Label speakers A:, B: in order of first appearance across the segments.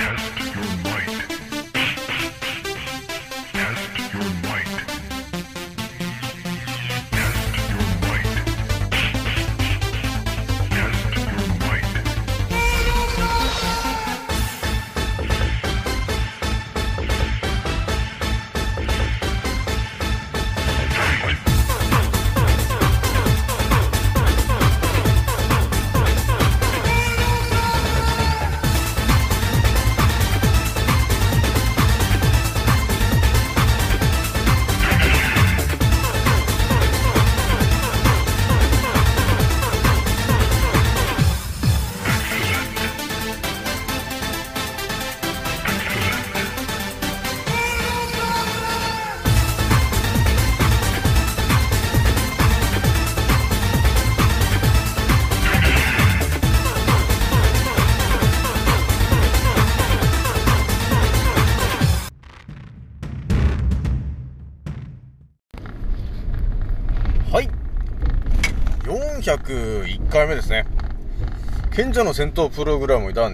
A: はい、401回目ですね。賢者の戦闘プログラム第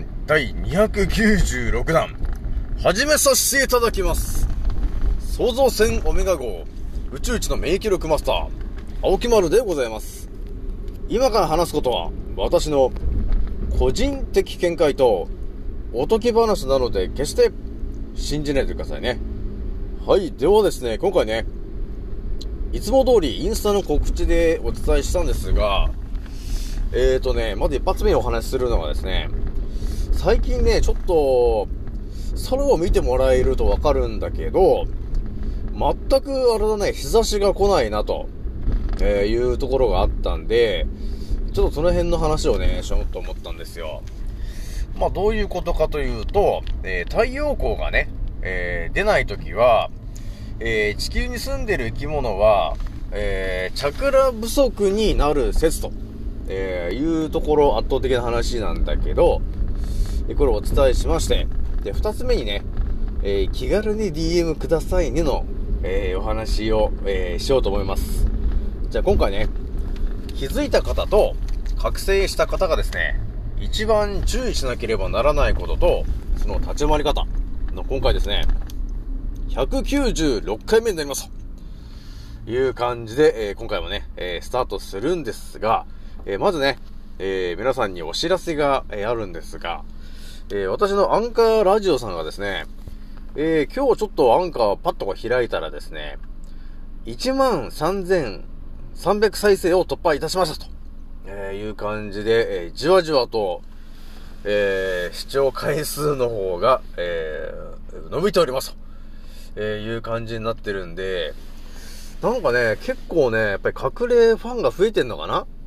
A: 296弾始めさせていただきます。創造船オメガ号宇宙一の免疫力マスター青木丸でございます。今から話すことは私の個人的見解とおとぎ話なので決して信じないでくださいね。はい、ではですね、今回ね、いつも通りインスタの告知でお伝えしたんですが、まず一発目にお話しするのがですね、最近ね、ちょっと空を見てもらえるとわかるんだけど、全くあれだね、日差しが来ないなと、いうところがあったんで、ちょっとその辺の話をね、しようと思ったんですよ。まあどういうことかというと、太陽光がね、出ないときは、地球に住んでる生き物は、チャクラ不足になる説と、いうところ圧倒的な話なんだけど、これをお伝えしまして、で、二つ目にね、気軽に DM くださいねの、お話を、しようと思います。じゃあ今回ね、気づいた方と覚醒した方がですね、一番注意しなければならないことと、その立ち回り方の今回ですね、196回目になりますという感じで、今回もね、スタートするんですが、まずね、皆さんにお知らせが、あるんですが、私のアンカーラジオさんがですね、今日ちょっとアンカーパッと開いたらですね、13,300再生を突破いたしましたと、いう感じで、じわじわと、視聴回数の方が、伸びておりますと、いう感じになってるんで、なんかね、結構ね、やっぱり隠れファンが増えてんのかな？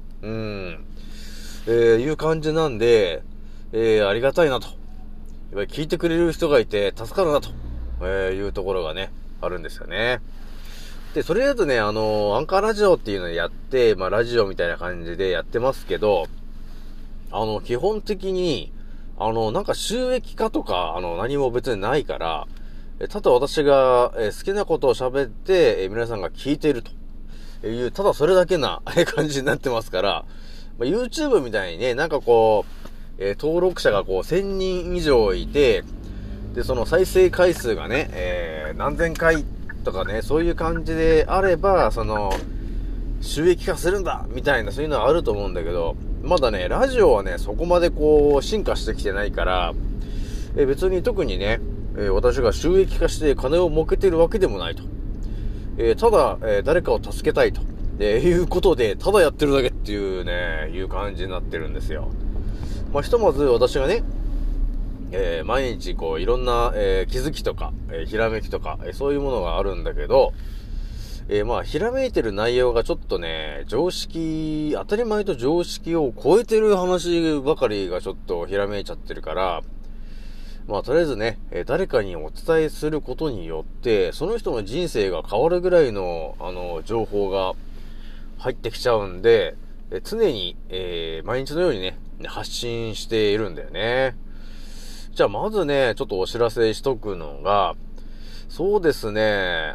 A: いう感じなんで、ありがたいなと。やっぱり聞いてくれる人がいて助かるなと、いうところがね、あるんですよね。で、それだとね、アンカーラジオっていうのをやって、まあラジオみたいな感じでやってますけど、基本的に、なんか収益化とか、何も別にないから、ただ私が、好きなことを喋って、皆さんが聞いているという、ただそれだけな感じになってますから、まあ、YouTube みたいにね、なんかこう、登録者がこう1000人以上いて、で、その再生回数がね、何千回とかね、そういう感じであれば、その、収益化するんだみたいな、そういうのはあると思うんだけど、まだね、ラジオはね、そこまでこう、進化してきてないから、別に特にね、私が収益化して金を儲けてるわけでもないと。ただ、誰かを助けたいと、いうことで、ただやってるだけっていうね、いう感じになってるんですよ。まあ、ひとまず私がね、毎日こういろんな、気づきとか、ひらめきとか、そういうものがあるんだけど、まあ、ひらめいてる内容がちょっとね、当たり前と常識を超えてる話ばかりがちょっとひらめいちゃってるから、まあ、とりあえずね、誰かにお伝えすることによって、その人の人生が変わるぐらいの、情報が入ってきちゃうんで、常に、毎日のようにね、発信しているんだよね。じゃあ、まずね、ちょっとお知らせしとくのが、そうですね、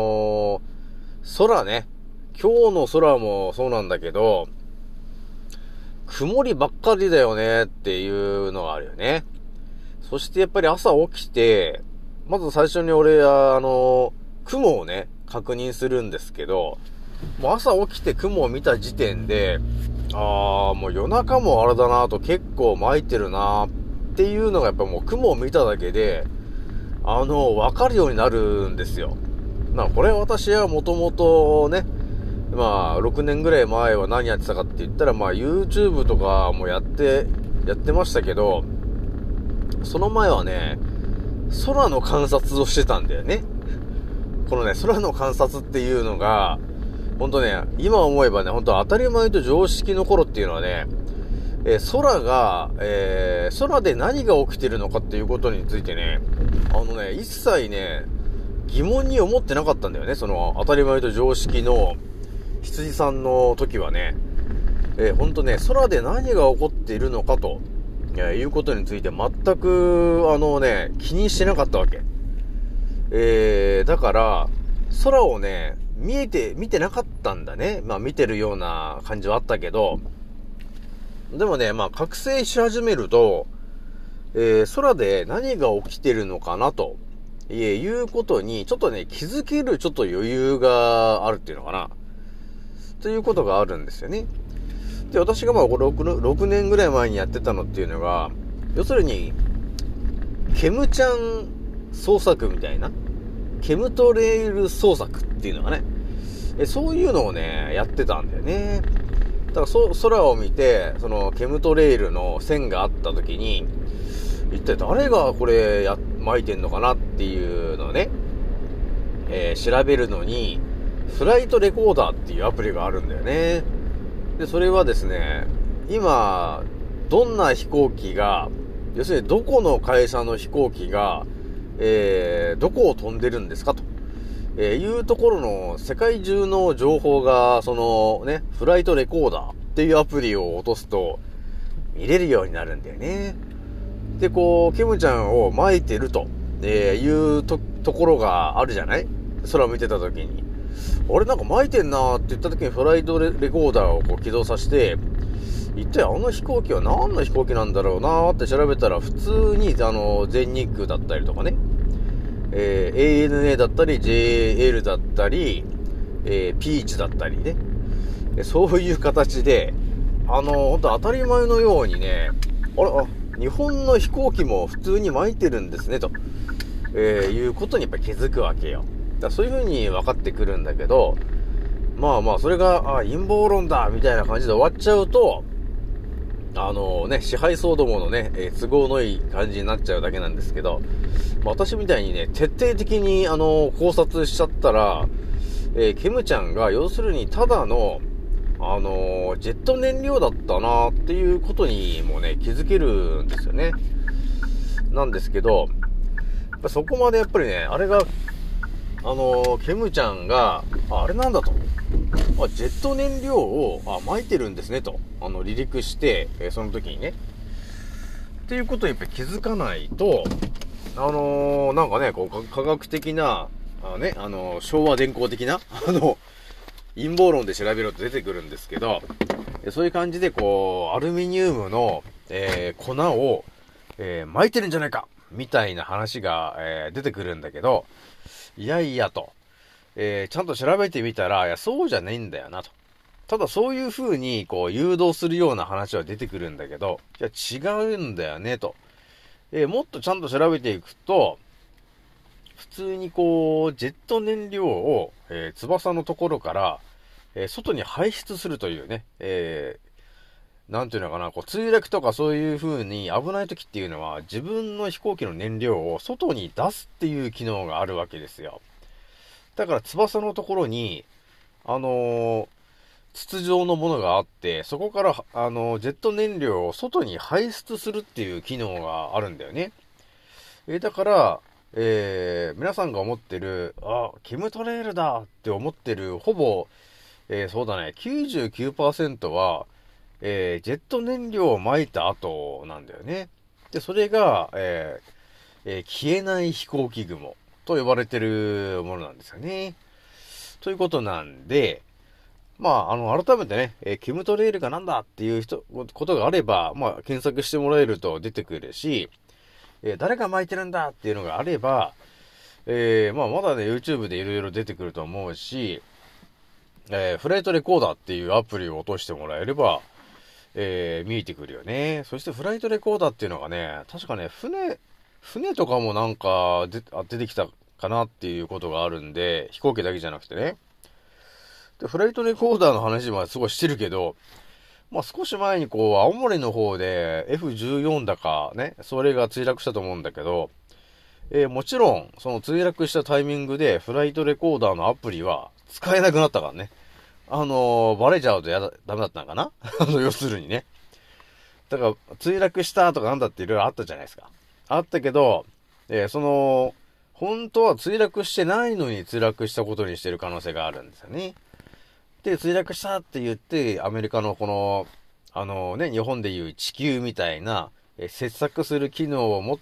A: 空ね、今日の空もそうなんだけど、曇りばっかりだよねっていうのがあるよね。 そしてやっぱり朝起きて、まず最初に俺は、雲をね、確認するんですけど、もう朝起きて雲を見た時点で、もう夜中もあれだなと結構巻いてるなっていうのがやっぱもう雲を見ただけで、わかるようになるんですよ。これ私はもともとね、6年ぐらい前は何やってたかって言ったら、YouTube とかもやってましたけど、その前はね、空の観察をしてたんだよね。このね、空の観察っていうのが、ほんとね、今思えばね、ほんと当たり前と常識の頃っていうのはね、空で何が起きてるのかっていうことについてね、一切ね、疑問に思ってなかったんだよね。その当たり前と常識の羊さんの時はね、ほんとね、空で何が起こっているのかと、いうことについて全く、気にしてなかったわけ。だから、空をね、見てなかったんだね。見てるような感じはあったけど、でもね、覚醒し始めると、空で何が起きてるのかなと、いうことに、ちょっとね、気づけるちょっと余裕があるっていうのかな。ということがあるんですよね。で、私が6年ぐらい前にやってたのっていうのが、要するに、ケムちゃん捜索みたいな、ケムトレイル捜索っていうのがね、そういうのをね、やってたんだよね。だから空を見て、そのケムトレイルの線があった時に、一体誰がこれ巻いてんのかなっていうのをね、調べるのに、フライトレコーダーっていうアプリがあるんだよね。で、それはですね、今、どんな飛行機が、要するにどこの会社の飛行機が、どこを飛んでるんですかと、いうところの世界中の情報が、そのね、フライトレコーダーっていうアプリを落とすと、見れるようになるんだよね。で、こう、ケムちゃんを巻いてると、いうところがあるじゃない？空を見てた時に。俺なんか巻いてんなーって言った時にフライトレコーダーをこう起動させて、一体あの飛行機は何の飛行機なんだろうなーって調べたら、普通に全日空だったりとかね、ANA だったり JL だったり、ピーチだったりね、そういう形でほんと当たり前のようにね、日本の飛行機も普通に巻いてるんですねと、いうことにやっぱり気づくわけよ。だそういう風に分かってくるんだけど、それが陰謀論だみたいな感じで終わっちゃうと、支配層どものね、都合のいい感じになっちゃうだけなんですけど、私みたいにね、徹底的に考察しちゃったら、ケムちゃんが要するにただのジェット燃料だったなっていうことにもね、気づけるんですよね。なんですけど、やっぱそこまでやっぱりね、あれが、ケムちゃんが、あれなんだと。ジェット燃料を、撒いてるんですねと。離陸して、その時にね。っていうことにやっぱり気づかないと、なんかね、こう、科学的な、昭和電工的な、陰謀論で調べろと出てくるんですけど、そういう感じでこう、アルミニウムの、粉を、撒いてるんじゃないかみたいな話が、出てくるんだけど、いやいやと、ちゃんと調べてみたら、いや、そうじゃないんだよなと。ただそういう風に、こう、誘導するような話は出てくるんだけど、いや、違うんだよねと。もっとちゃんと調べていくと、普通にこう、ジェット燃料を、翼のところから、外に排出するというね、なんていうのかな、こう、墜落とかそういう風に危ない時っていうのは、自分の飛行機の燃料を外に出すっていう機能があるわけですよ。だから翼のところに、筒状のものがあって、そこから、ジェット燃料を外に排出するっていう機能があるんだよね。だから、皆さんが思ってる、ケムトレイルだって思ってる、ほぼ、そうだね、99% は、ジェット燃料を撒いた後なんだよね。で、それが、消えない飛行機雲と呼ばれてるものなんですよね。ということなんで、改めてね、ケムトレイルがなんだっていうことがあれば、検索してもらえると出てくるし、 誰が巻いてるんだっていうのがあれば、まあまだね、YouTube でいろいろ出てくると思うし、フライトレコーダーっていうアプリを落としてもらえれば、見えてくるよね。そしてフライトレコーダーっていうのがね、確かね、船とかもなんか出てきたかなっていうことがあるんで、飛行機だけじゃなくてね。で、フライトレコーダーの話はすごいしてるけど、まあ少し前にこう、青森の方で F14 だかね、それが墜落したと思うんだけど、もちろん、その墜落したタイミングでフライトレコーダーのアプリは使えなくなったからね。バレちゃうとダメだったのかな要するにね。だから、墜落したとかなんだっていろいろあったじゃないですか。あったけど、本当は墜落してないのに墜落したことにしてる可能性があるんですよね。で、墜落したって言って、アメリカのこの、日本でいう地球みたいな、切削する機能を持った、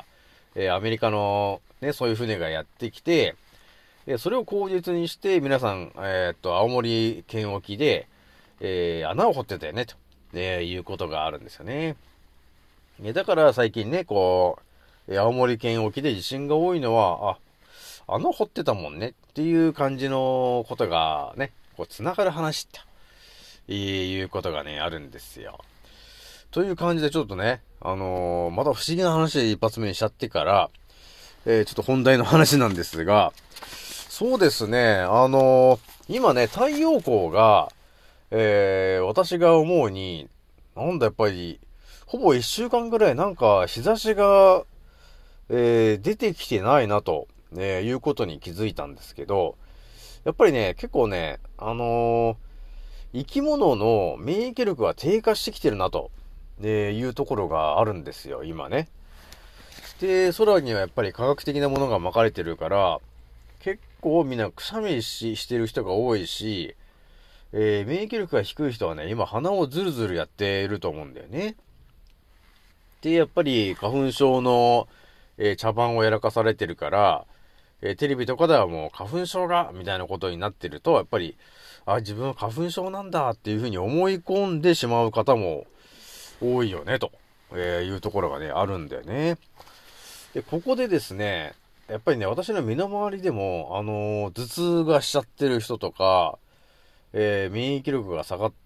A: アメリカの、ね、そういう船がやってきて、それを口実にして、皆さん、青森県沖で、穴を掘ってたよね、と、いうことがあるんですよね。だから最近ね、こう、青森県沖で地震が多いのは、穴掘ってたもんね、っていう感じのことがね、こう、繋がる話ということがね、あるんですよ。という感じでちょっとね、また不思議な話で一発目にしちゃってから、ちょっと本題の話なんですが、そうですね、今ね、太陽光が、私が思うに、なんだやっぱり、ほぼ一週間ぐらいなんか日差しが、出てきてないなと、いうことに気づいたんですけど、やっぱりね、結構ね、生き物の免疫力が低下してきてるなと、いうところがあるんですよ、今ね。で、空にはやっぱり科学的なものが巻かれてるから、結構みんなくしゃみしてる人が多いし、免疫力が低い人はね、今鼻をズルズルやっていると思うんだよね。で、やっぱり花粉症の、茶番をやらかされてるから、テレビとかではもう花粉症が、みたいなことになってると、やっぱり、自分は花粉症なんだっていうふうに思い込んでしまう方も多いよね、と、いうところがね、あるんだよね。で、ここでですね、やっぱりね、私の身の回りでも、頭痛がしちゃってる人とか、免疫力が下がって、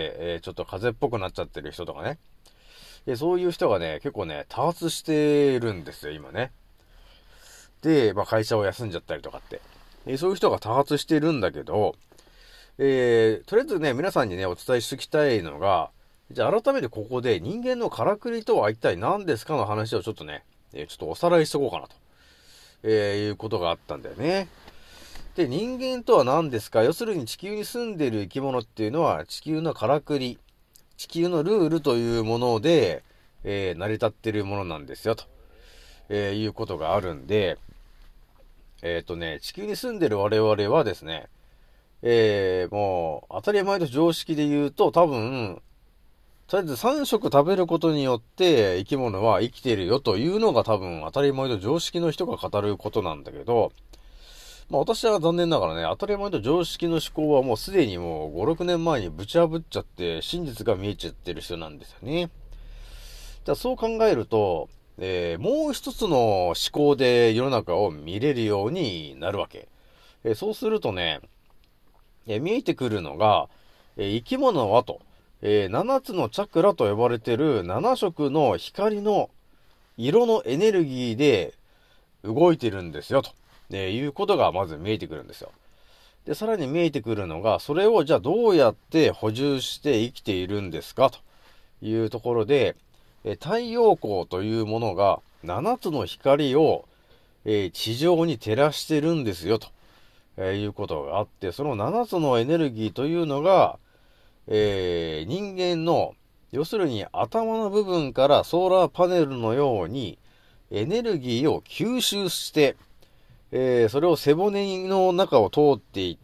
A: ちょっと風邪っぽくなっちゃってる人とかね。そういう人がね、結構ね、多発してるんですよ、今ね。で、まあ会社を休んじゃったりとかって。そういう人が多発してるんだけど、とりあえずね、皆さんにね、お伝えしておきたいのが、じゃあ改めてここで人間のからくりとは一体何ですかの話をちょっとね、ちょっとおさらいしとこうかなと、いうことがあったんだよね。で、人間とは何ですか？要するに地球に住んでいる生き物っていうのは地球のからくり、地球のルールというもので、成り立っているものなんですよ、と、いうことがあるんで、地球に住んでる我々はですね、もう当たり前と常識で言うと多分、とりあえず3食食べることによって生き物は生きているよというのが多分当たり前と常識の人が語ることなんだけど、まあ私は残念ながらね、当たり前と常識の思考はもうすでにもう5、6年前にぶち破っちゃって真実が見えちゃってる人なんですよね。だそう考えると、もう一つの思考で世の中を見れるようになるわけ。そうするとね、見えてくるのが、生き物はと、7つのチャクラと呼ばれている7色の光の色のエネルギーで動いてるんですよと、いうことがまず見えてくるんですよ。で、さらに見えてくるのが、それをじゃあどうやって補充して生きているんですかというところで、太陽光というものが7つの光を、地上に照らしてるんですよと、いうことがあって、その7つのエネルギーというのが、人間の、要するに頭の部分からソーラーパネルのようにエネルギーを吸収して、それを背骨の中を通っていって、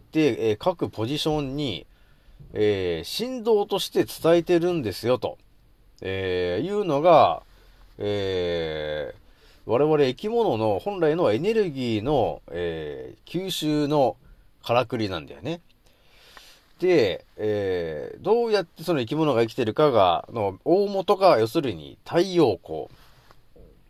A: 各ポジションに、振動として伝えてるんですよと、いうのが、我々生き物の本来のエネルギーの、吸収のからくりなんだよね。で、どうやってその生き物が生きてるかが、大元が要するに太陽光。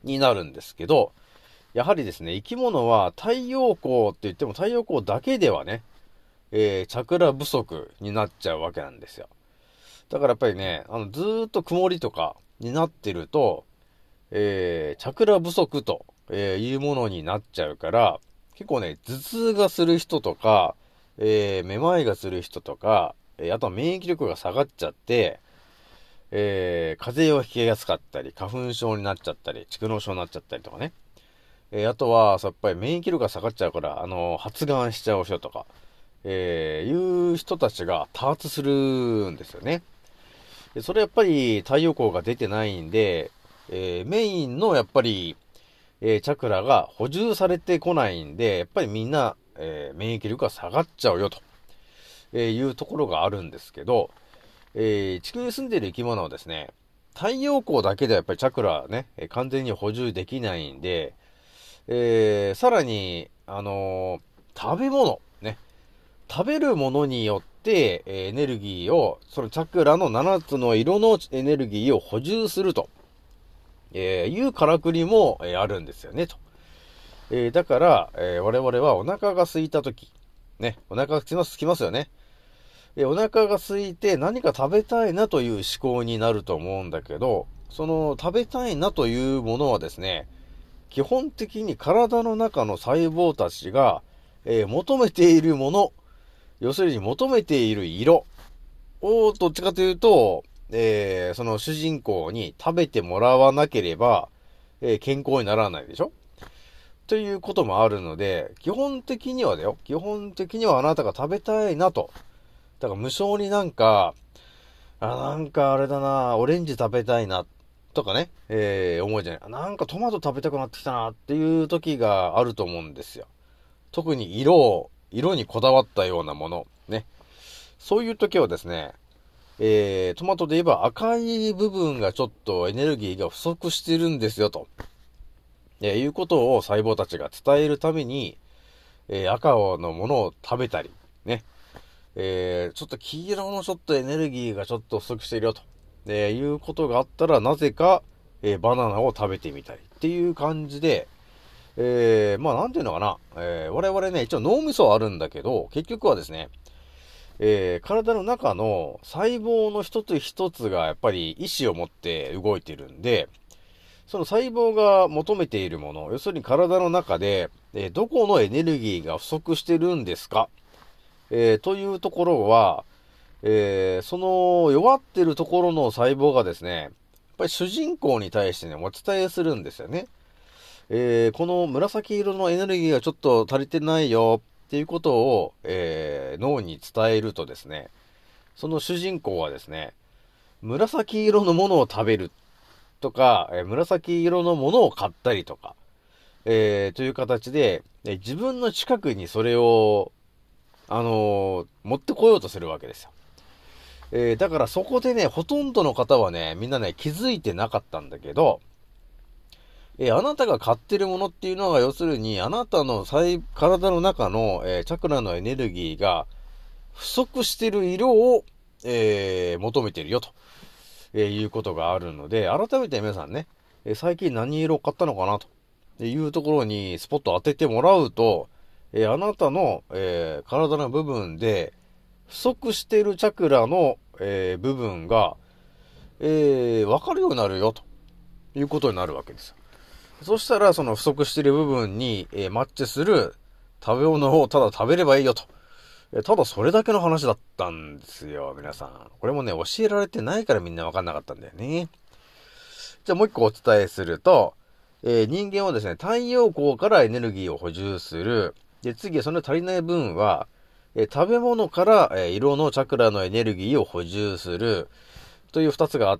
A: になるんですけど、やはりですね、生き物は太陽光って言っても太陽光だけではね、チャクラ不足になっちゃうわけなんですよ。だからやっぱりね、ずーっと曇りとかになってると、チャクラ不足と、いうものになっちゃうから、結構ね、頭痛がする人とか、めまいがする人とか、あとは免疫力が下がっちゃって、風邪をひきやすかったり、花粉症になっちゃったり、蓄膿症になっちゃったりとかね。あとは、やっぱり免疫力が下がっちゃうから、発がんしちゃう人とか、いう人たちが多発するんですよね。でそれやっぱり太陽光が出てないんで、メインのやっぱり、チャクラが補充されてこないんで、やっぱりみんな、免疫力が下がっちゃうよと、いうところがあるんですけど、地球に住んでいる生き物はですね、太陽光だけではやっぱりチャクラね、完全に補充できないんで、さらに、食べ物、ね、食べるものによって、エネルギーを、そのチャクラの7つの色のエネルギーを補充すると、いうからくりも、あるんですよね、と。だから、我々はお腹が空いたとき、ね、お腹が空きますよね。お腹が空いて何か食べたいなという思考になると思うんだけど、その食べたいなというものはですね、基本的に体の中の細胞たちが、求めているもの、要するに求めている色をどっちかというと、その主人公に食べてもらわなければ、健康にならないでしょということもあるので、基本的にはあなたが食べたいなと。だから無性になんかあれだな、オレンジ食べたいな、とかね、思うじゃない。なんかトマト食べたくなってきたなっていう時があると思うんですよ。特に色にこだわったようなもの、ね。そういう時はですね、トマトで言えば赤い部分がちょっとエネルギーが不足してるんですよ、と。いうことを細胞たちが伝えるために、赤のものを食べたり、ね。ちょっと黄色のちょっとエネルギーがちょっと不足しているよと、いうことがあったら、なぜか、バナナを食べてみたりっていう感じで、なんていうのかな、我々ね、一応脳みそはあるんだけど、結局はですね、体の中の細胞の一つ一つがやっぱり意志を持って動いてるんで、その細胞が求めているもの、要するに体の中で、どこのエネルギーが不足してるんですか、というところは、その弱ってるところの細胞がですね、やっぱり主人公に対してね、お伝えするんですよね。この紫色のエネルギーがちょっと足りてないよっていうことを、脳に伝えるとですね、その主人公はですね、紫色のものを食べるとか、紫色のものを買ったりとか、という形で、自分の近くにそれを持ってこようとするわけですよ。だからそこでね、ほとんどの方はね、みんなね、気づいてなかったんだけど、あなたが買ってるものっていうのは、要するに、あなたの体の中の、チャクラのエネルギーが不足してる色を、求めてるよと、いうことがあるので、改めて皆さんね、最近何色を買ったのかなというところにスポット当ててもらうと、あなたの、体の部分で不足しているチャクラの、部分が、わかるようになるよということになるわけですよ。そしたら、その不足している部分に、マッチする食べ物をただ食べればいいよと。ただそれだけの話だったんですよ、皆さん。これもね、教えられてないからみんなわかんなかったんだよね。じゃあもう一個お伝えすると、人間はですね、太陽光からエネルギーを補充する。で、次はその足りない分は、食べ物から、色のチャクラのエネルギーを補充する。という二つがあって、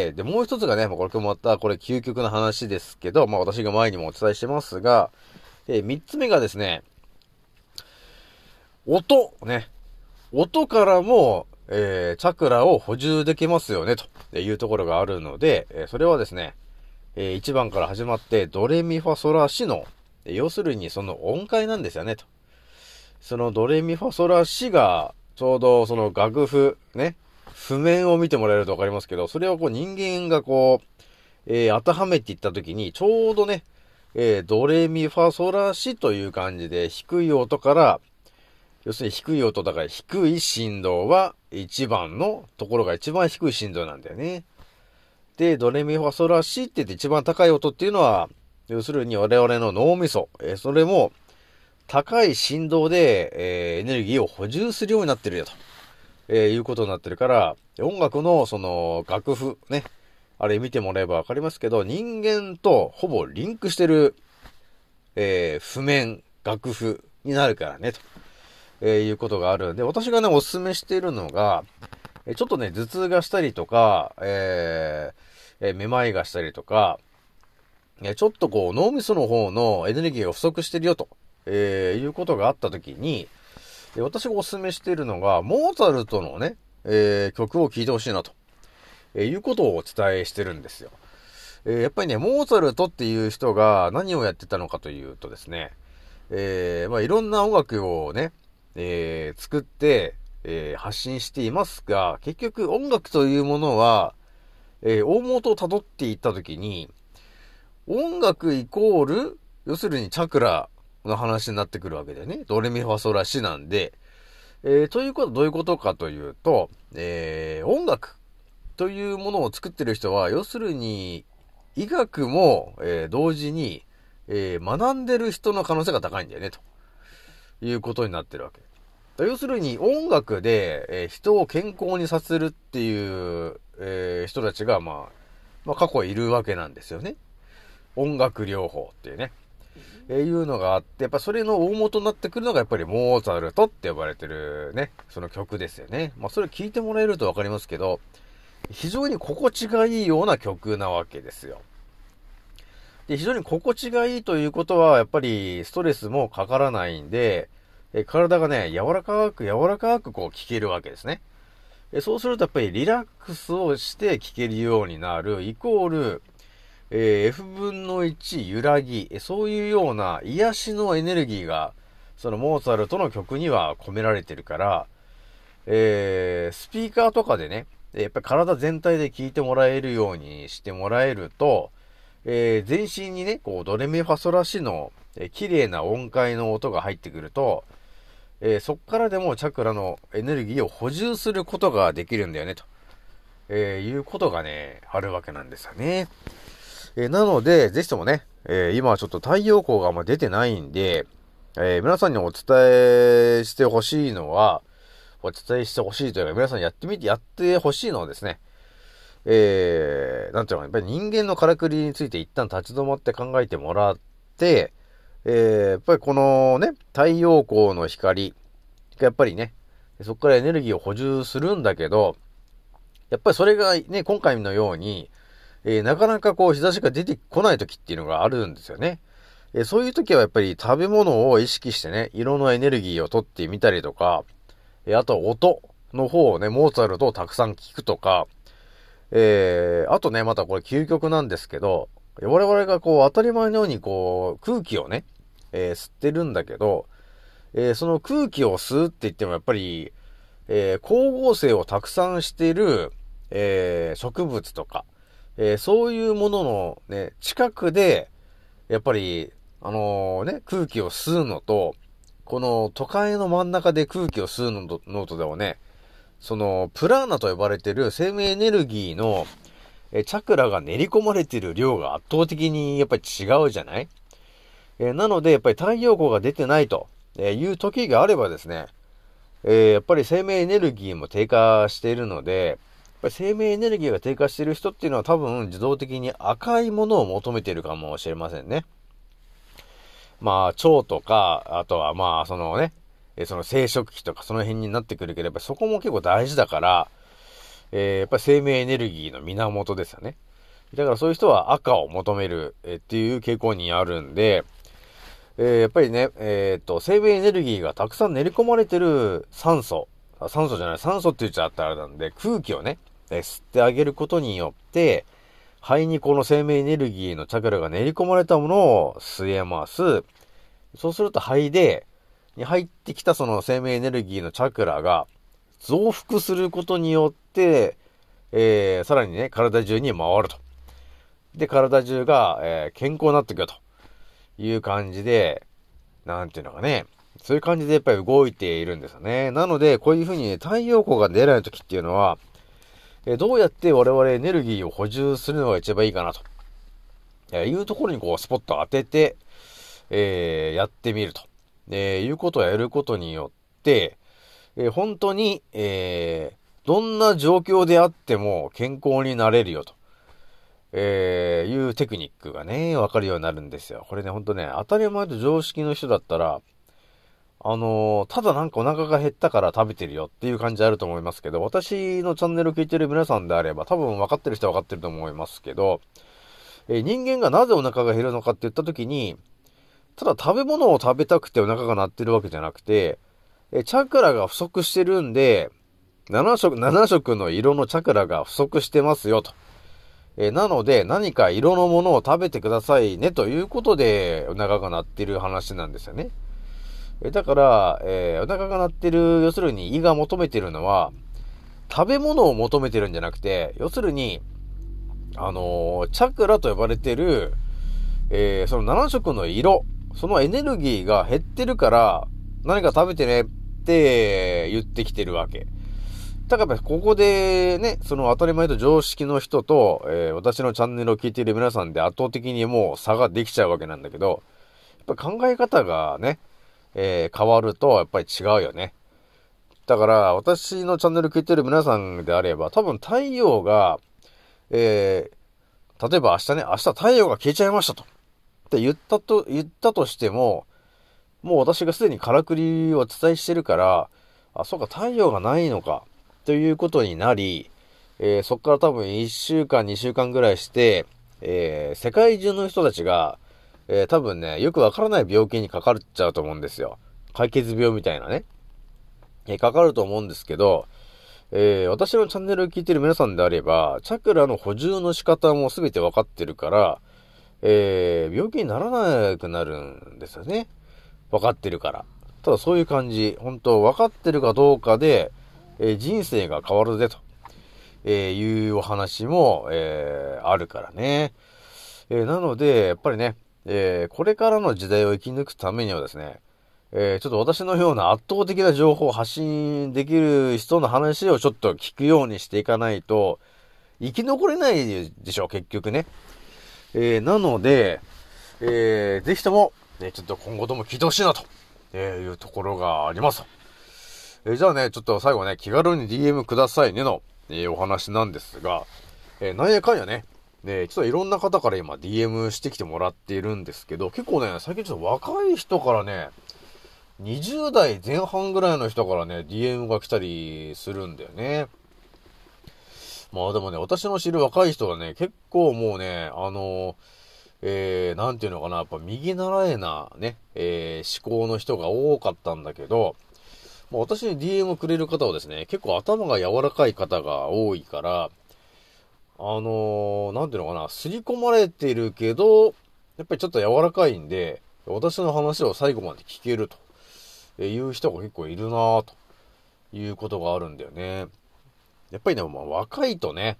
A: で、もう一つがね、これまた、これ究極の話ですけど、私が前にもお伝えしてますが、三つ目がですね、音からも、チャクラを補充できますよね、というところがあるので、それはですね、1番から始まって、ドレミファソラシの、要するにその音階なんですよね、と。そのドレミファソラシが、ちょうどその楽譜、ね、譜面を見てもらえるとわかりますけど、それをこう人間がこ当てはめていったときに、ちょうどね、ドレミファソラシという感じで、低い音から、要するに低い音だから低い振動は1番のところが一番低い振動なんだよね。で、ドレミファソラシって言って一番高い音っていうのは、要するに我々の脳みそ、それも高い振動で、エネルギーを補充するようになってるよと、いうことになってるから、音楽のその楽譜ね、あれ見てもらえばわかりますけど、人間とほぼリンクしてる、譜面、楽譜になるからね、と、いうことがあるんで、私がね、おすすめしているのが、ちょっとね、頭痛がしたりとか、めまいがしたりとか、ちょっとこう、脳みその方のエネルギーが不足してるよと、いうことがあったときに、私がお勧めしているのが、モーツァルトのね、曲を聴いてほしいなと、いうことをお伝えしてるんですよ。やっぱりね、モーツァルトっていう人が何をやってたのかというとですね、いろんな音楽をね、作って、発信していますが、結局音楽というものは、大元を辿っていったときに、音楽イコール、要するにチャクラの話になってくるわけだよね。ドレミファソラシなんで。ということはどういうことかというと、音楽というものを作ってる人は、要するに医学も、同時に、学んでる人の可能性が高いんだよね、ということになってるわけ。要するに音楽で、人を健康にさせるっていう、人たちが、過去いるわけなんですよね。音楽療法っていうね、いうのがあって、やっぱそれの大元になってくるのがやっぱりモーツァルトって呼ばれてるね、その曲ですよね。それ聞いてもらえるとわかりますけど、非常に心地がいいような曲なわけですよ。で、非常に心地がいいということは、やっぱりストレスもかからないんで、体がね、柔らかくこう聴けるわけですね。そうするとやっぱりリラックスをして聴けるようになる、イコール、F 分の1揺らぎ、そういうような癒しのエネルギーが、そのモーツァルトの曲には込められてるから、スピーカーとかでね、やっぱり体全体で聴いてもらえるようにしてもらえると、全身にね、こう、ドレミファソラシの、綺麗な音階の音が入ってくると、そっからでもチャクラのエネルギーを補充することができるんだよね、と、いうことがね、あるわけなんですよね。なので、ぜひともね、今はちょっと太陽光があんま出てないんで、皆さんにお伝えしてほしいのは、お伝えしてほしいというか、皆さんやってほしいのはですね、なんていうのかな、やっぱり人間のからくりについて一旦立ち止まって考えてもらって、やっぱりこのね、太陽光の光がやっぱりね、そこからエネルギーを補充するんだけど、やっぱりそれがね、今回のように、なかなかこう日差しが出てこない時っていうのがあるんですよね。そういう時はやっぱり食べ物を意識してね、色のエネルギーを取ってみたりとか、あと音の方をね、モーツァルトをたくさん聞くとか、あとね、またこれ究極なんですけど、我々がこう当たり前のようにこう空気をね、吸ってるんだけど、その空気を吸うって言ってもやっぱり、光合成をたくさんしている、植物とか、そういうもののね、近くで、やっぱり、空気を吸うのと、この都会の真ん中で空気を吸うのとではね、その、プラーナと呼ばれている生命エネルギーの、チャクラが練り込まれている量が圧倒的にやっぱり違うじゃない？なので、やっぱり太陽光が出てないという時があればですね、やっぱり生命エネルギーも低下しているので、やっぱり生命エネルギーが低下している人っていうのは多分自動的に赤いものを求めているかもしれませんね。腸とか、あとはそのね、その生殖器とかその辺になってくるければ、そこも結構大事だから、やっぱり生命エネルギーの源ですよね。だからそういう人は赤を求める、っていう傾向にあるんで、やっぱりね、生命エネルギーがたくさん練り込まれてる酸素って言っちゃったらあれなんで、空気をね、吸ってあげることによって、肺にこの生命エネルギーのチャクラが練り込まれたものを吸えます。そうすると肺に入ってきたその生命エネルギーのチャクラが増幅することによって、さらにね、体中に回ると。 で、体中が、健康になっていくよという感じで、なんていうのかね、そういう感じでやっぱり動いているんですよね。なので、こういうふうに太陽光が出ない時っていうのは、どうやって我々エネルギーを補充するのが一番いいかなと、いうところにこうスポットを当てて、やってみると、いうことをやることによって、本当に、どんな状況であっても健康になれるよと、いうテクニックがね、わかるようになるんですよ。これね、ほんとね、当たり前と常識の人だったら、ただなんかお腹が減ったから食べてるよっていう感じあると思いますけど、私のチャンネルを聞いてる皆さんであれば、多分分かってる人は分かってると思いますけど、人間がなぜお腹が減るのかって言った時に、ただ食べ物を食べたくてお腹が鳴ってるわけじゃなくて、チャクラが不足してるんで、7色の色のチャクラが不足してますよと。なので、何か色のものを食べてくださいねということで、お腹が鳴ってる話なんですよね。だから、お腹が鳴ってる、要するに胃が求めてるのは、食べ物を求めてるんじゃなくて、要するに、チャクラと呼ばれてる、その7色の色、そのエネルギーが減ってるから、何か食べてねって言ってきてるわけ。だからここでね、その当たり前と常識の人と、私のチャンネルを聞いている皆さんで圧倒的にもう差ができちゃうわけなんだけど、やっぱ考え方がね、変わるとやっぱり違うよね。だから私のチャンネル聞いている皆さんであれば、多分太陽が、例えば明日太陽が消えちゃいましたと。って言ったとしても、もう私がすでにからくりをお伝えしてるから、あ、そうか、太陽がないのか。ということになり、そこから多分1週間、2週間ぐらいして、世界中の人たちが、多分ね、よくわからない病気にかかっちゃうと思うんですよ。解決病みたいなね。かかると思うんですけど、私のチャンネルを聞いてる皆さんであれば、チャクラの補充の仕方も全てわかってるから、病気にならなくなるんですよね。わかってるから。ただそういう感じ、本当わかってるかどうかで、人生が変わるぜと、いうお話も、あるからね。なので、やっぱりね、これからの時代を生き抜くためにはですね、ちょっと私のような圧倒的な情報を発信できる人の話をちょっと聞くようにしていかないと、生き残れないでしょ、結局ね。なので、ぜひとも、ちょっと今後とも聞いてほしいなと、いうところがありますと。じゃあね、ちょっと最後ね、気軽に DM くださいねの、お話なんですが、なんやかんやね、ちょっといろんな方から今 DM してきてもらっているんですけど、結構ね、最近ちょっと若い人からね、20代前半ぐらいの人からね、DM が来たりするんだよね。まあでもね、私の知る若い人はね、結構もうね、なんていうのかな、やっぱ右習えなね、思考の人が多かったんだけど、まあ、私に DM くれる方はですね、結構頭が柔らかい方が多いから、なんていうのかな、刷り込まれてるけど、やっぱりちょっと柔らかいんで、私の話を最後まで聞けるという人が結構いるなぁということがあるんだよね。やっぱりね、まあ、若いとね、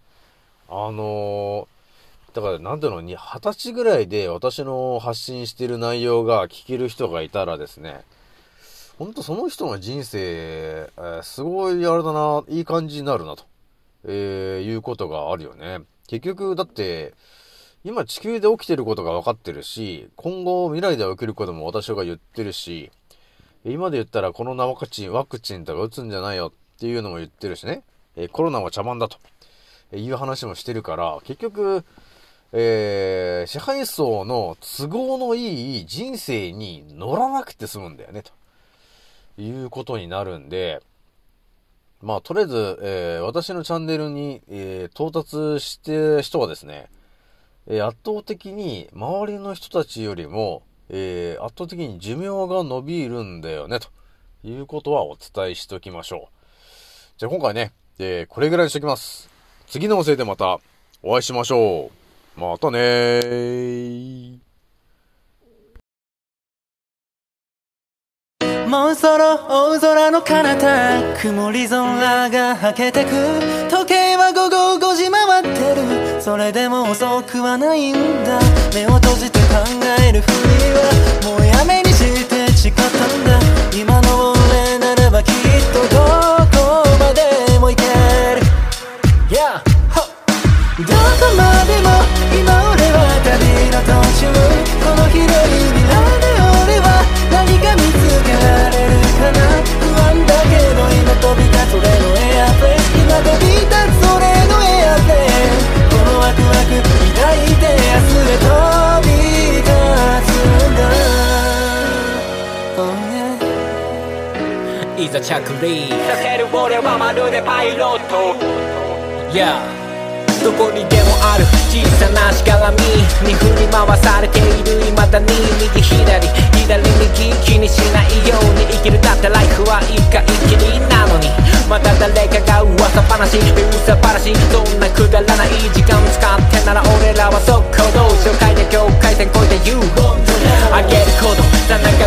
A: だからなんていうのに、20歳ぐらいで私の発信してる内容が聞ける人がいたらですね、ほんとその人の人生、すごいあれだな、いい感じになるなと、いうことがあるよね。結局、だって、今地球で起きてることが分かってるし、今後未来で起きることも私が言ってるし、今で言ったらこのワクチンとか打つんじゃないよっていうのも言ってるしね、コロナは茶番だという話もしてるから、結局、支配層の都合のいい人生に乗らなくて済むんだよね、ということになるんで、まあ、とりあえず、私のチャンネルに、到達して人はですね、圧倒的に周りの人たちよりも、圧倒的に寿命が伸びるんだよね、ということはお伝えしておきましょう。じゃあ今回ね、これぐらいにしときます。次の音声でまたお会いしましょう。またねー。
B: もうそろ大空の彼方、曇り空がはけてく。時計は午後5時回ってる。それでも遅くはないんだ。目を閉じて考えるふりはもうやめにして誓ったんだ。今の俺ならばきっとどこまでも行ける、yeah. どこまでも今俺は旅の途中。この広い未来で俺は何か見つけられるかな。不安だけど今飛び立つ俺のエアプレイ、今飛び立つ俺のエアプレイ。このワクワク抱いて明日へ飛び立つんだ、oh yeah. いざ着陸させる俺はまるでパイロット、yeah.どこにでもある小さなしがらみに振り回されている未だに。右左左右気にしないように生きる。だってライフは一回きりなのに、また誰かが噂話噂話、そんなくだらない時間使ってなら俺らは速攻動紹介で境界線越えて You あげることさなが